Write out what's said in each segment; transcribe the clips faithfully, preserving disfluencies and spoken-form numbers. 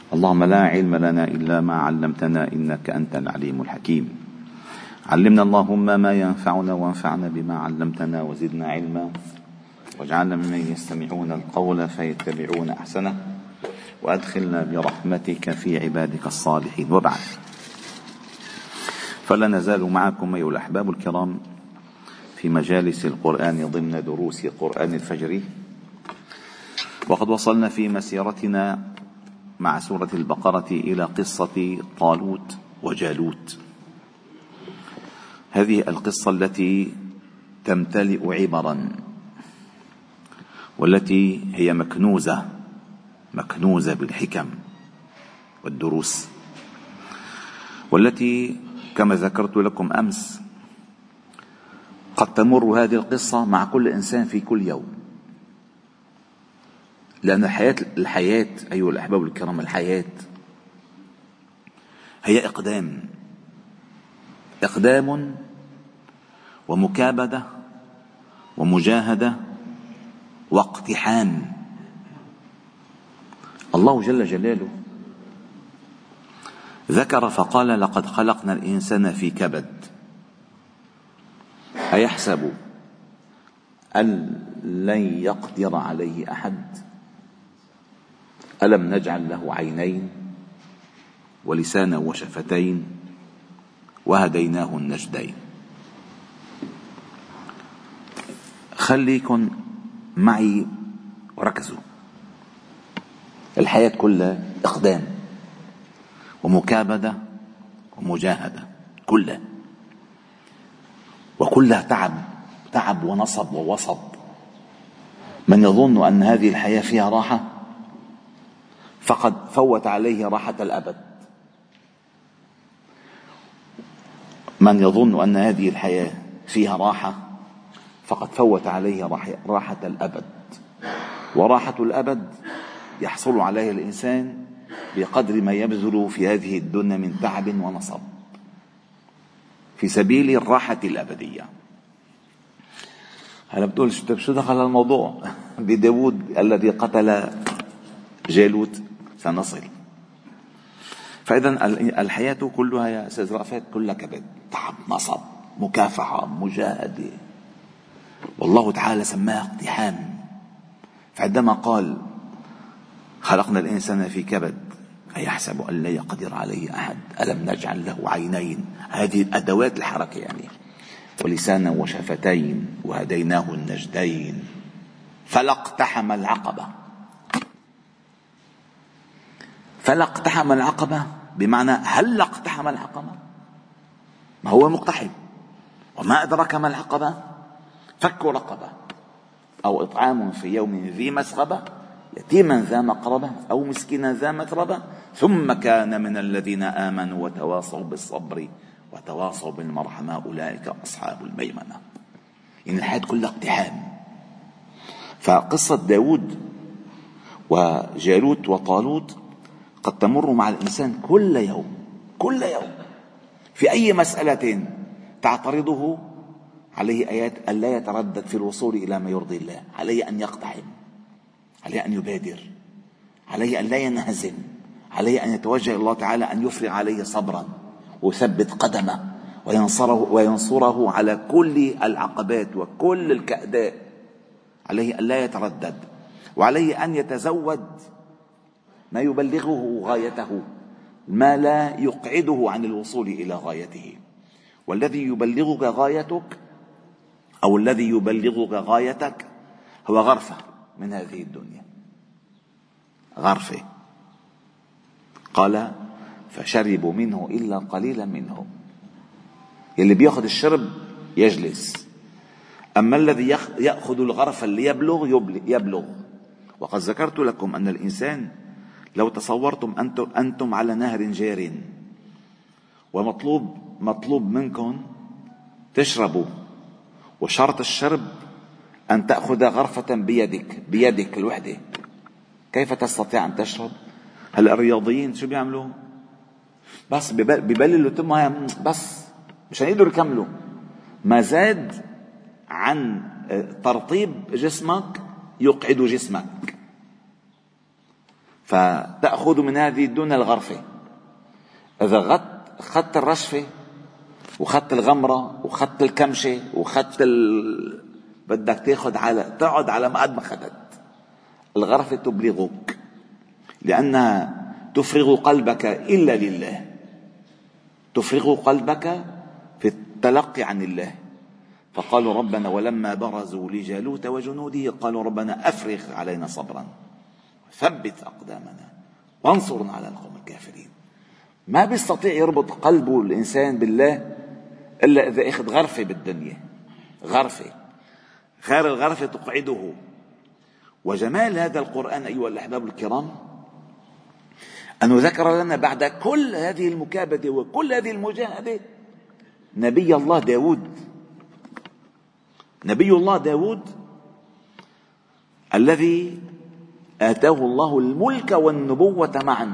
اللهم لا علم لنا إلا ما علمتنا إنك أنت العليم الحكيم. علمنا اللهم ما ينفعنا وانفعنا بما علمتنا وزدنا علما، واجعلنا ممن يستمعون القول فيتبعون أحسنه، وأدخلنا برحمتك في عبادك الصالحين. وبعد، فلا نزال معكم أيها الأحباب الكرام في مجالس القرآن ضمن دروس قرآن الفجر، وقد وصلنا في مسيرتنا مع سورة البقرة إلى قصة طالوت وجالوت. هذه القصة التي تمتلئ عبرا، والتي هي مكنوزة مكنوزة بالحكم والدروس، والتي كما ذكرت لكم أمس قد تمر هذه القصة مع كل إنسان في كل يوم، لأن الحياة الحياة أيها الأحباب الكرام الحياة هي إقدام إقدام ومكابدة ومجاهدة واقتحام. الله جل جلاله ذكر فقال: لقد خلقنا الإنسان في كبد. أيحسب أن لن يقدر عليه أحد؟ ألم نجعل له عينين ولسانا وشفتين وهديناه النجدين. خليكن معي وركزوا. الحياة كلها إقدام ومكابدة ومجاهدة، كلها وكلها تعب تعب ونصب ووصب. من يظن أن هذه الحياة فيها راحة فقد فوت عليه راحة الأبد. من يظن أن هذه الحياة فيها راحة فقد فوت عليه راحة الأبد. وراحة الأبد يحصل عليها الإنسان بقدر ما يبذل في هذه الدنيا من تعب ونصب في سبيل الراحة الأبدية. هلا بتقول شو دخل الموضوع بداود الذي قتل جالوت؟ سنصل. فإذا الحياة كلها يا أستاذ رأفت كلها كبد، تعب، نصب، مكافحة، مجاهدة، والله تعالى سماها اقتحام. فعندما قال خلقنا الإنسان في كبد أيحسب أن لا يقدر عليه أحد ألم نجعل له عينين، هذه الأدوات الحركة يعني، ولسانا وشفتين وهديناه النجدين. فلا اقتحم العقبة. فلا اقتحم العقبة بمعنى هل اقتحم العقبة؟ ما هو مقتحم. وما أدرك ما العقبة؟ فك رقبة أو إطعام في يوم ذي مسغبة يتيما ذا مقربة أو مسكينا ذا متربة ثم كان من الذين آمنوا وتواصوا بالصبر وتواصوا بالمرحمة أولئك أصحاب الميمنة. إن الحياة كلها اقتحام. فقصة داود وجالوت وطالوت قد تمر مع الإنسان كل يوم كل يوم في أي مسألة تعترضه عليه آيات أن لا يتردد في الوصول إلى ما يرضي الله، عليه أن يقتحم، عليه أن يبادر، عليه أن لا ينهزم، عليه أن يتوجه إلى الله تعالى أن يفرغ عليه صبرا ويثبت قدمه وينصره, وينصره على كل العقبات وكل الكأداء. عليه أن لا يتردد، وعليه أن يتزود ما يبلغه غايته، ما لا يقعده عن الوصول إلى غايته. والذي يبلغك غايتك أو الذي يبلغك غايتك هو غرفة من هذه الدنيا، غرفة. قال فشربوا منه إلا قليلا منهم. اللي بيأخذ الشرب يجلس، أما الذي يأخذ الغرفة اللي يبلغ يبلغ. وقد ذكرت لكم أن الإنسان لو تصورتم أنتم, أنتم على نهر جار ومطلوب مطلوب منكم تشربوا، وشرط الشرب أن تأخذ غرفة بيدك بيدك الوحدة، كيف تستطيع أن تشرب؟ هل الرياضيين شو بيعملوا؟ بس ببللوا تمها بس مشان يقدروا يكملوا. ما زاد عن ترطيب جسمك يقعد جسمك. فتأخذ من هذه دون الغرفة. إذا أخذت الرشفة وأخذت الغمرة وأخذت الكمشة وأخذت ال... بدك تاخذ على تقعد على ما قد ما أخذت. الغرفة تبلغك لأنها تفرغ قلبك إلا لله، تفرغ قلبك في التلقي عن الله. فقالوا ربنا ولما برزوا لجالوت وجنوده قالوا ربنا أفرغ علينا صبرا ثبت أقدامنا وانصرنا على القوم الكافرين. ما بيستطيع يربط قلبه الإنسان بالله إلا إذا أخذ غرفة بالدنيا، غرفة خير الغرفة تقعده. وجمال هذا القرآن أيها الأحباب الكرام أنه ذكر لنا بعد كل هذه المكابدة وكل هذه المجاهدة نبي الله داود. نبي الله داود الذي آتاه الله الملك والنبوة معا،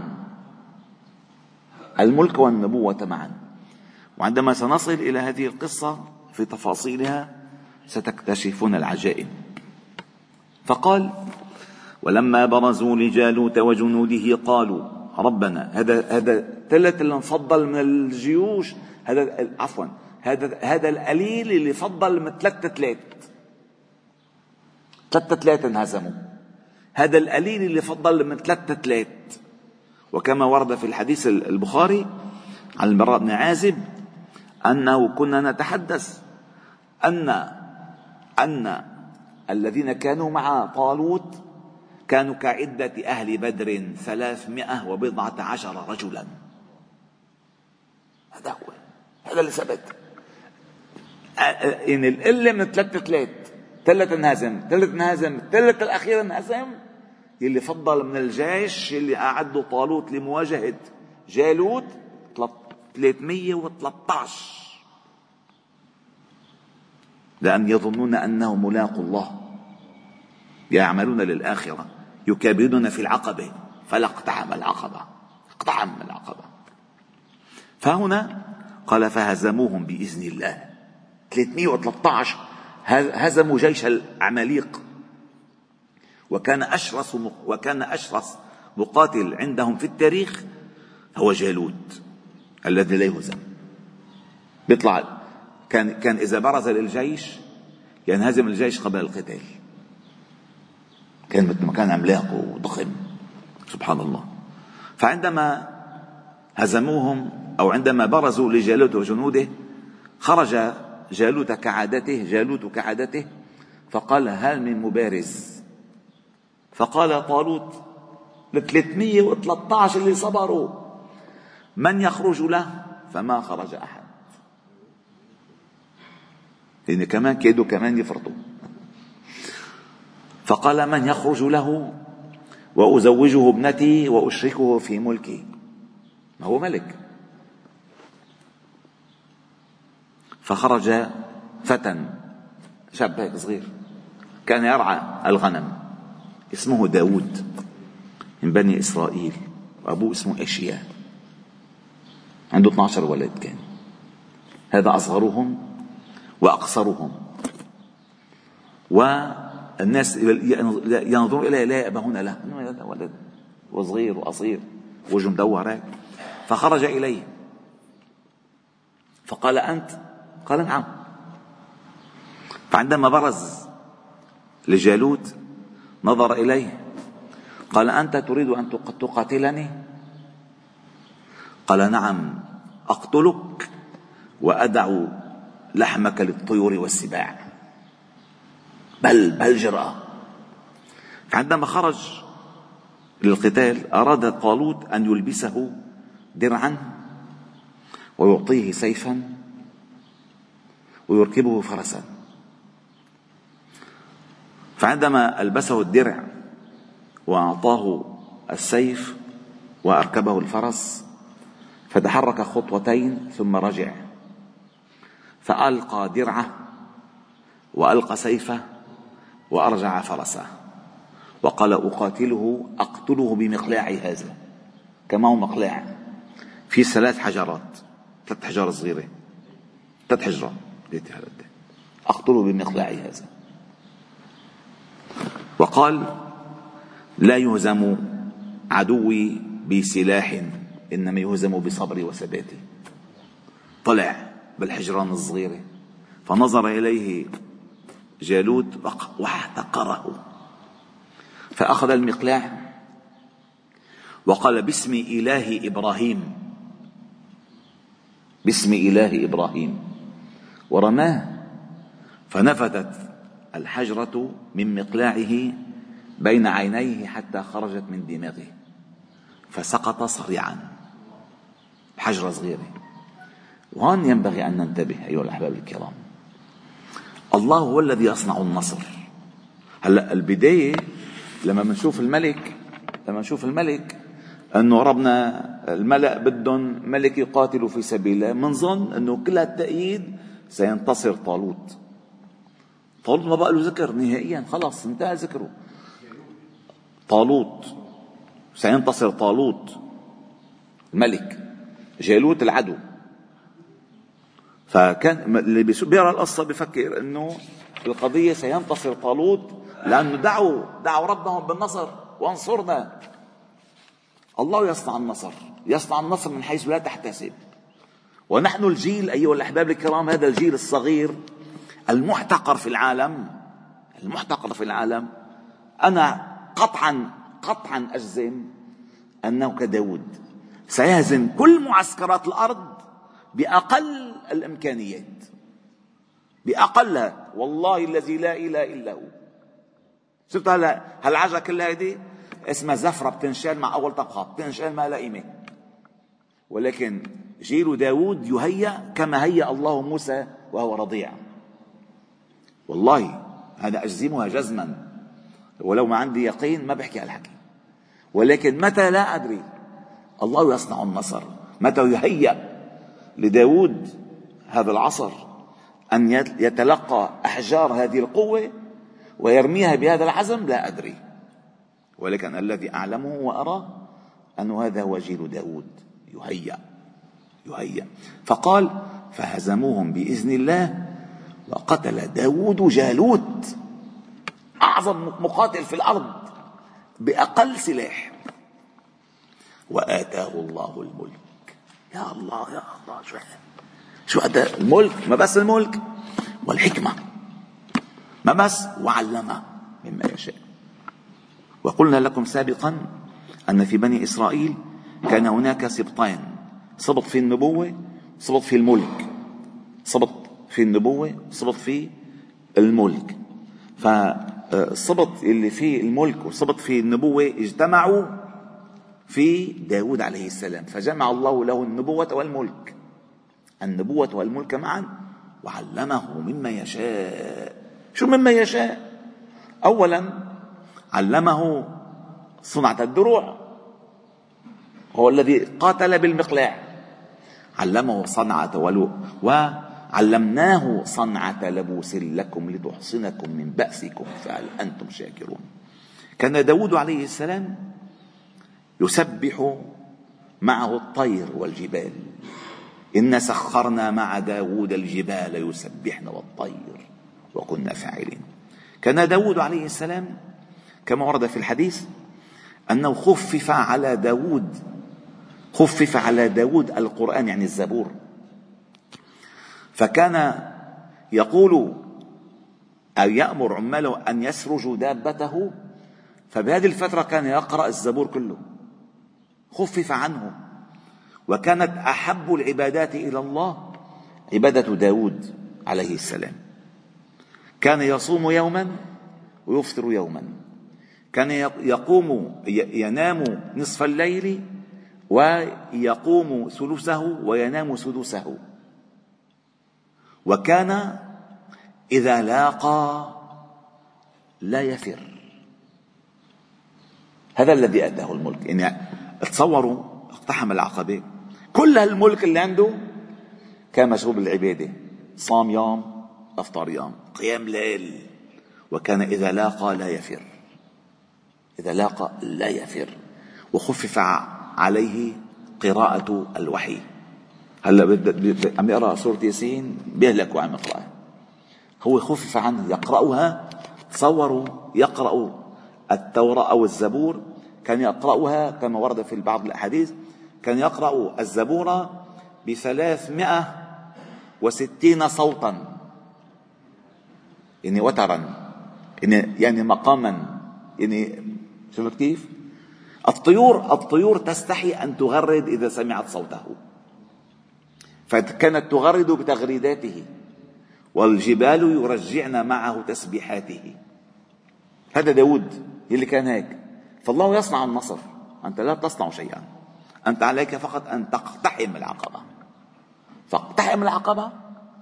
الملك والنبوة معا. وعندما سنصل إلى هذه القصة في تفاصيلها ستكتشفون العجائب. فقال ولما برزوا لجالوت وجنوده قالوا ربنا، هذا هذا ثلث اللي فضل من الجيوش، هذا عفوا هذا هذا القليل اللي فضل من ثلاثة ثلاث ثلاثة ثلاث انهزموا. هذا القليل اللي فضل من ثلاثة ثلاث. وكما ورد في الحديث البخاري عن البراء بن عازب أنه كنا نتحدث أن أن الذين كانوا مع طالوت كانوا كعدة أهل بدر ثلاثمائة وبضعة عشر رجلا. هذا هو، هذا اللي ثبت. إن القلة من ثلاثة ثلاث، ثلاث انهزم ثلاث انهزم ثلاث الأخير انهزم. اللي فضل من الجيش اللي أعده طالوت لمواجهة جالوت ثلاثمائة وثلاثة عشر، لأن يظنون أنه ملاقوا الله، يعملون للآخرة، يكابدون في العقبة فلا اقتحم العقبة، اقتحم العقبة. فهنا قال فهزموهم بإذن الله. ثلاثمائة وثلاثة عشر هزموا جيش العماليق. وكان أشرس وكان أشرس مقاتل عندهم في التاريخ هو جالوت الذي لا يهزم. بيطلع كان كان إذا برز للجيش ينهزم الجيش قبل القتال. كان مثل ما كان عملاق وضخم سبحان الله. فعندما هزموهم أو عندما برزوا لجالوت وجنوده خرج جالوت كعادته جالوت كعادته فقال هل من مبارز؟ فقال طالوت لثلاثمائة وثلاثة عشر اللي صبروا من يخرج له؟ فما خرج أحد، لأن كمان كيدوا كمان يفرطوا. فقال من يخرج له وأزوجه ابنتي وأشركه في ملكي؟ ما هو ملك. فخرج فتى شاب هيك صغير كان يرعى الغنم اسمه داود من بني إسرائيل، وأبوه اسمه إشياء، عنده اثني عشر ولد. كان هذا أصغرهم وأقصرهم، والناس ينظرون إليه لا يأبهون له، هذا ولد وصغير وقصير وجه مدور هيك. فخرج إليه فقال أنت؟ قال نعم. فعندما برز لجالوت نظر إليه قال أنت تريد أن تقاتلني؟ قال نعم أقتلك وأدع لحمك للطيور والسباع. بل بل جرأة. فعندما خرج للقتال أراد طالوت أن يلبسه درعا ويعطيه سيفا ويركبه فرسا. فعندما ألبسه الدرع وأعطاه السيف وأركبه الفرس فتحرك خطوتين ثم رجع فألقى درعه وألقى سيفه وأرجع فرسه وقال أقاتله أقتله بمقلاع هذا. كما هو مقلاع في ثلاث حجرات، ثلاث حجار صغيرة، ثلاث حجرات، أقتله بمقلاع هذا. وقال لا يهزم عدوي بسلاح إنما يهزم بصبري وثباتي. طلع بالحجران الصغيرة فنظر إليه جالوت واحتقره، فأخذ المقلاع وقال باسم إله إبراهيم، باسم إله إبراهيم، ورماه فنفذت الحجرة من مقلاعه بين عينيه حتى خرجت من دماغه فسقط صريعا. حجرة صغيرة. وهون ينبغي أن ننتبه أيها الأحباب الكرام، الله هو الذي يصنع النصر. هلأ البداية لما منشوف الملك لما نشوف الملك أنه ربنا الملأ بدهم ملك يقاتل في سبيل الله، منظن أنه كل التأييد سينتصر طالوت. طالوت ما بقى له ذكر نهائيا، خلاص انتهى ذكره. طالوت سينتصر، طالوت الملك، جالوت العدو. فكان اللي بيقرأ القصة بيفكر أنه القضية سينتصر طالوت لأنه دعوا دعوا ربهم بالنصر وانصرنا. الله يصنع النصر، يصنع النصر من حيث لا تحتسب. ونحن الجيل أيها الأحباب الكرام، هذا الجيل الصغير المحتقر في العالم، المحتقر في العالم، أنا قطعا قطعا أجزم أنه كداود سيهزم كل معسكرات الأرض بأقل الإمكانيات، بأقلها، والله الذي لا إله إلا هو. شفت هلا هالعجلة كلها هذه اسمها زفرة بتنشال مع أول طبخة، بتنشال ما لا قيمة. ولكن جيل داود يهيأ كما هيأ الله موسى وهو رضيع. والله هذا أجزمها جزما، ولو ما عندي يقين ما بحكي هالحكي. ولكن متى لا أدري، الله يصنع النصر. متى يهيأ لداود هذا العصر أن يتلقى أحجار هذه القوة ويرميها بهذا العزم لا أدري. ولكن الذي أعلمه وأرى أنه هذا هو جيل داود يهيأ يهيأ فقال فهزموهم بإذن الله وقتل داود جالوت أعظم مقاتل في الأرض بأقل سلاح وآتاه الله الملك. يا الله يا الله، شو شو هذا الملك؟ ما بس الملك والحكمة، ما بس، وعلمه مما يشاء. وقلنا لكم سابقا أن في بني إسرائيل كان هناك سبطين، سبط في النبوة، سبط في الملك، سبط في النبوة، سبط في الملك. فالسبط اللي في الملك وسبط في النبوة اجتمعوا في داود عليه السلام، فجمع الله له النبوة والملك، النبوة والملك معا، وعلمه مما يشاء. شو مما يشاء؟ أولا علمه صنعة الدروع، هو الذي قاتل بالمقلاع، علمه صنعة ولو وعلمناه صنعة لبوس لكم لتحصنكم من بأسكم فهل أنتم شاكرون. كان داود عليه السلام يسبح معه الطير والجبال، إن سخرنا مع داود الجبال يسبحن والطير وكنا فاعلين. كان داود عليه السلام كما ورد في الحديث أنه خفف على داود خفف على داود القرآن يعني الزبور، فكان يقول أو يأمر عماله أن يسرجوا دابته، فبهذه الفترة كان يقرأ الزبور كله، خفف عنه. وكانت أحب العبادات إلى الله عبادة داود عليه السلام. كان يصوم يوما ويفطر يوما، كان يقوم ينام نصف الليل ويقوم ثلثه وينام سدسه. وكان إذا لاقى لا يفر. هذا الذي أتاه الملك. يعني تصوروا اقتحم العقبة، كل هالملك اللي عنده كان مشغول بالعبادة، صام يوم أفطر يوم قيام ليل. وكان إذا لاقى لا يفر، إذا لاقى لا يفر. وخفف عليه قراءة الوحي. هلا عم يقرأ سورة ياسين بيهلك وعم يقرأها، هو خفف عنه يقرأها. تصوروا يقرأ التوراة أو الزبور كان يقرأها كما ورد في بعض الأحاديث، كان يقرأ الزبور بثلاثمائة وستين صوتا، يعني وترا، يعني, يعني مقاما، يعني شفت كيف؟ الطيور الطيور تستحي أن تغرد إذا سمعت صوته، فكانت تغرد بتغريداته، والجبال يرجعن معه تسبيحاته. هذا داود اللي كان هيك. فالله يصنع النصر، أنت لا تصنع شيئا، أنت عليك فقط أن تقتحم العقبة، فاقتحم العقبة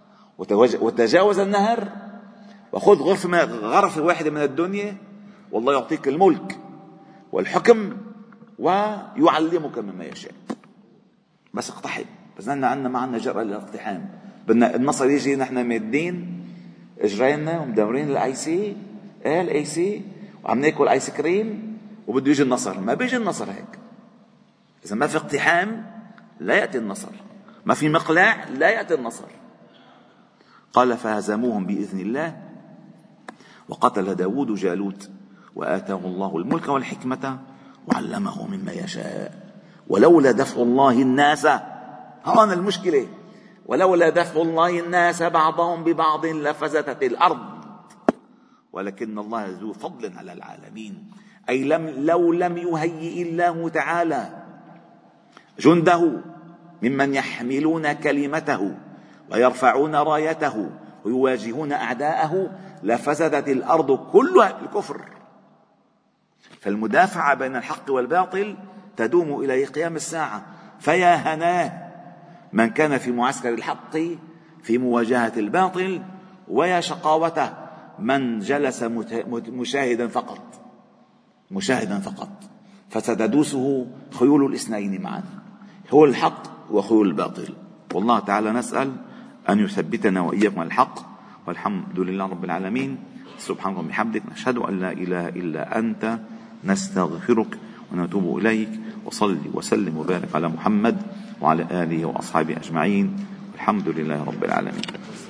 وتجاوز النهر وخذ غرفة غرفة واحدة من الدنيا، والله يعطيك الملك والحكم ويعلمك مما يشاء. بس اقتحم. بس نحن عندنا ما عندنا جرأة للاقتحام، بدنا النصر يجي نحن مادين اجرينا ومدورين الاي سي الاي سي وعم ناكل ايس كريم وبده يجي النصر. ما بيجي النصر هيك. اذا ما في اقتحام لا يأتي النصر، ما في مقلاع لا يأتي النصر. قال فهزموهم بإذن الله وقتل داود جالوت وآتاه الله الملك والحكمة وعلمه مما يشاء ولولا دفع الله الناس، هون المشكلة، ولولا دفع الله الناس بعضهم ببعض لفسدت الأرض ولكن الله ذو فضل على العالمين. أي لم لو لم يهيئ الله تعالى جنده ممن يحملون كلمته ويرفعون رايته ويواجهون أعداءه لفسدت الأرض كلها الكفر. فالمدافعة بين الحق والباطل تدوم إلى قيام الساعة. فيا هناه من كان في معسكر الحق في مواجهة الباطل، ويا شقاوته من جلس مشاهدا فقط مشاهدا فقط فستدوسه خيول الاثنين معا، هو الحق وخيول الباطل. والله تعالى نسأل أن يثبتنا وإياكم الحق، والحمد لله رب العالمين. سبحانك وبحمدك، نشهد أن لا إله إلا أنت، نستغفرك ونتوب إليك. وصلي وسلم وبارك على محمد وعلى آله وأصحابه أجمعين، والحمد لله رب العالمين.